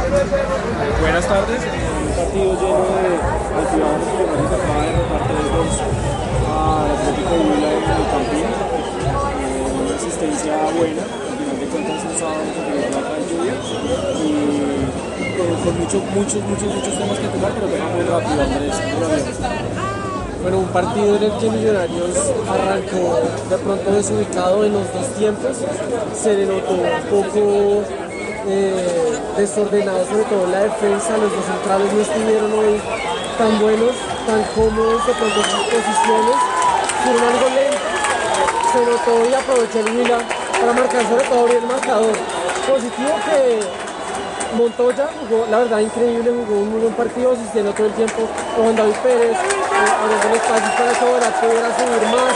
Buenas tardes, un partido lleno de ciudadanos que acaba de derrotar 3-2 al Atlético de Huila en el Campín. Una asistencia buena, al final de cuentas un sábado con la placa de lluvia y con muchos temas que tocar, pero venga muy rápido, Andrés. Bueno, un partido en el que Millonarios arrancó de pronto desubicado en los dos tiempos, se le notó un poco desordenado, sobre todo en la defensa. Los dos centrales no estuvieron hoy tan buenos, tan cómodos de pronto en sus posiciones, fueron algo lentos, se notó y aprovechó el Huila para marcar, sobre todo abrir el marcador. Positivo que Montoya jugó, la verdad, increíble, jugó un muy buen partido, asistiendo todo el tiempo con Juan David Pérez, abriendo los espacios para que Oberá pudiera subir más.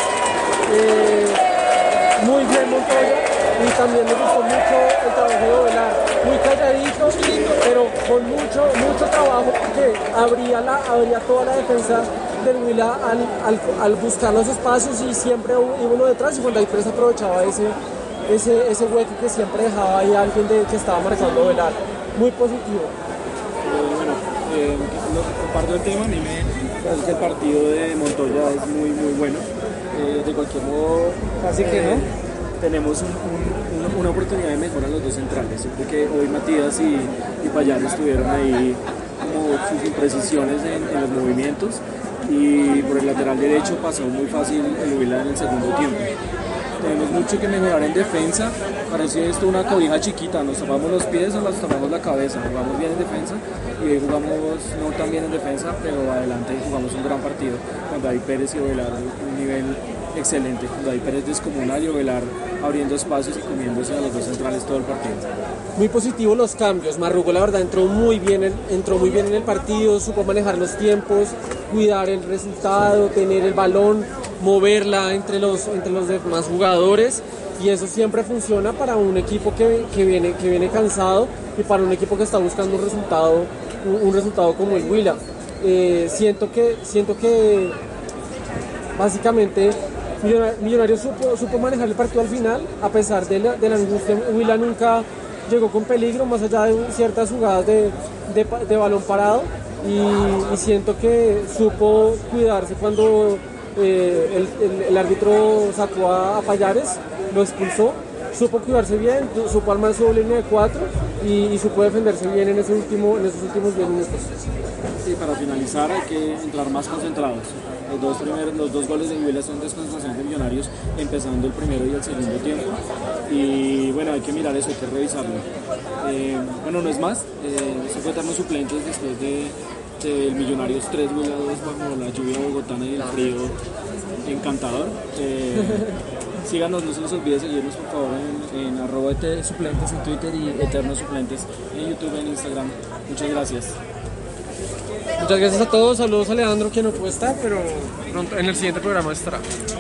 Muy bien Montoya, y también me gustó mucho el trabajo de Ovelar, muy calladito, pero con mucho trabajo, porque abría toda la defensa del Huila al buscar los espacios, y siempre iba uno detrás, y Juan David Pérez aprovechaba ese hueco que siempre dejaba ahí alguien que estaba marcando Ovelar. Muy positivo. Comparto el tema. A mí me parece que el partido de Montoya es muy bueno. De cualquier modo, Así que no. tenemos una oportunidad de mejora en los dos centrales. Siempre que hoy Matías y Payares tuvieron ahí como sus imprecisiones en los movimientos, y por el lateral derecho pasó muy fácil el Huila en el segundo tiempo. Tenemos mucho que mejorar en defensa. Parece esto una cobija chiquita, nos tapamos los pies o nos tapamos la cabeza. Jugamos bien en defensa y jugamos no tan bien en defensa, pero adelante jugamos un gran partido con David Pérez y Ovelar, un nivel excelente. David Pérez descomunal y Ovelar abriendo espacios y comiéndose a los dos centrales todo el partido. Muy positivo los cambios. Marrugo, la verdad, entró muy bien en el partido, supo manejar los tiempos, cuidar el resultado, tener el balón, moverla entre los demás jugadores, y eso siempre funciona para un equipo que viene cansado, y para un equipo que está buscando un resultado como el Huila. Siento que básicamente Millonarios supo manejar el partido al final, a pesar de la angustia. Huila nunca llegó con peligro, más allá de ciertas jugadas de balón parado, y siento que supo cuidarse cuando el árbitro sacó a Payares, lo expulsó, supo cuidarse bien, supo armar su línea de 4 y supo defenderse bien en esos últimos 10 minutos. Y para finalizar hay que entrar más concentrados. Los dos goles de Huila son desconcentración de Millonarios, empezando el primero y el segundo tiempo. Y bueno, hay que mirar eso, hay que revisarlo. No es más, se fue eternos suplentes después del Millonarios 3, Huila 2, bajo la lluvia bogotana y el frío encantador. Síganos, no se les olvide seguirnos por favor en @suplentes en Twitter y Eternos Suplentes en YouTube, en Instagram. Muchas gracias. Muchas gracias a todos, saludos a Alejandro, que no puede estar, pero pronto en el siguiente programa estará.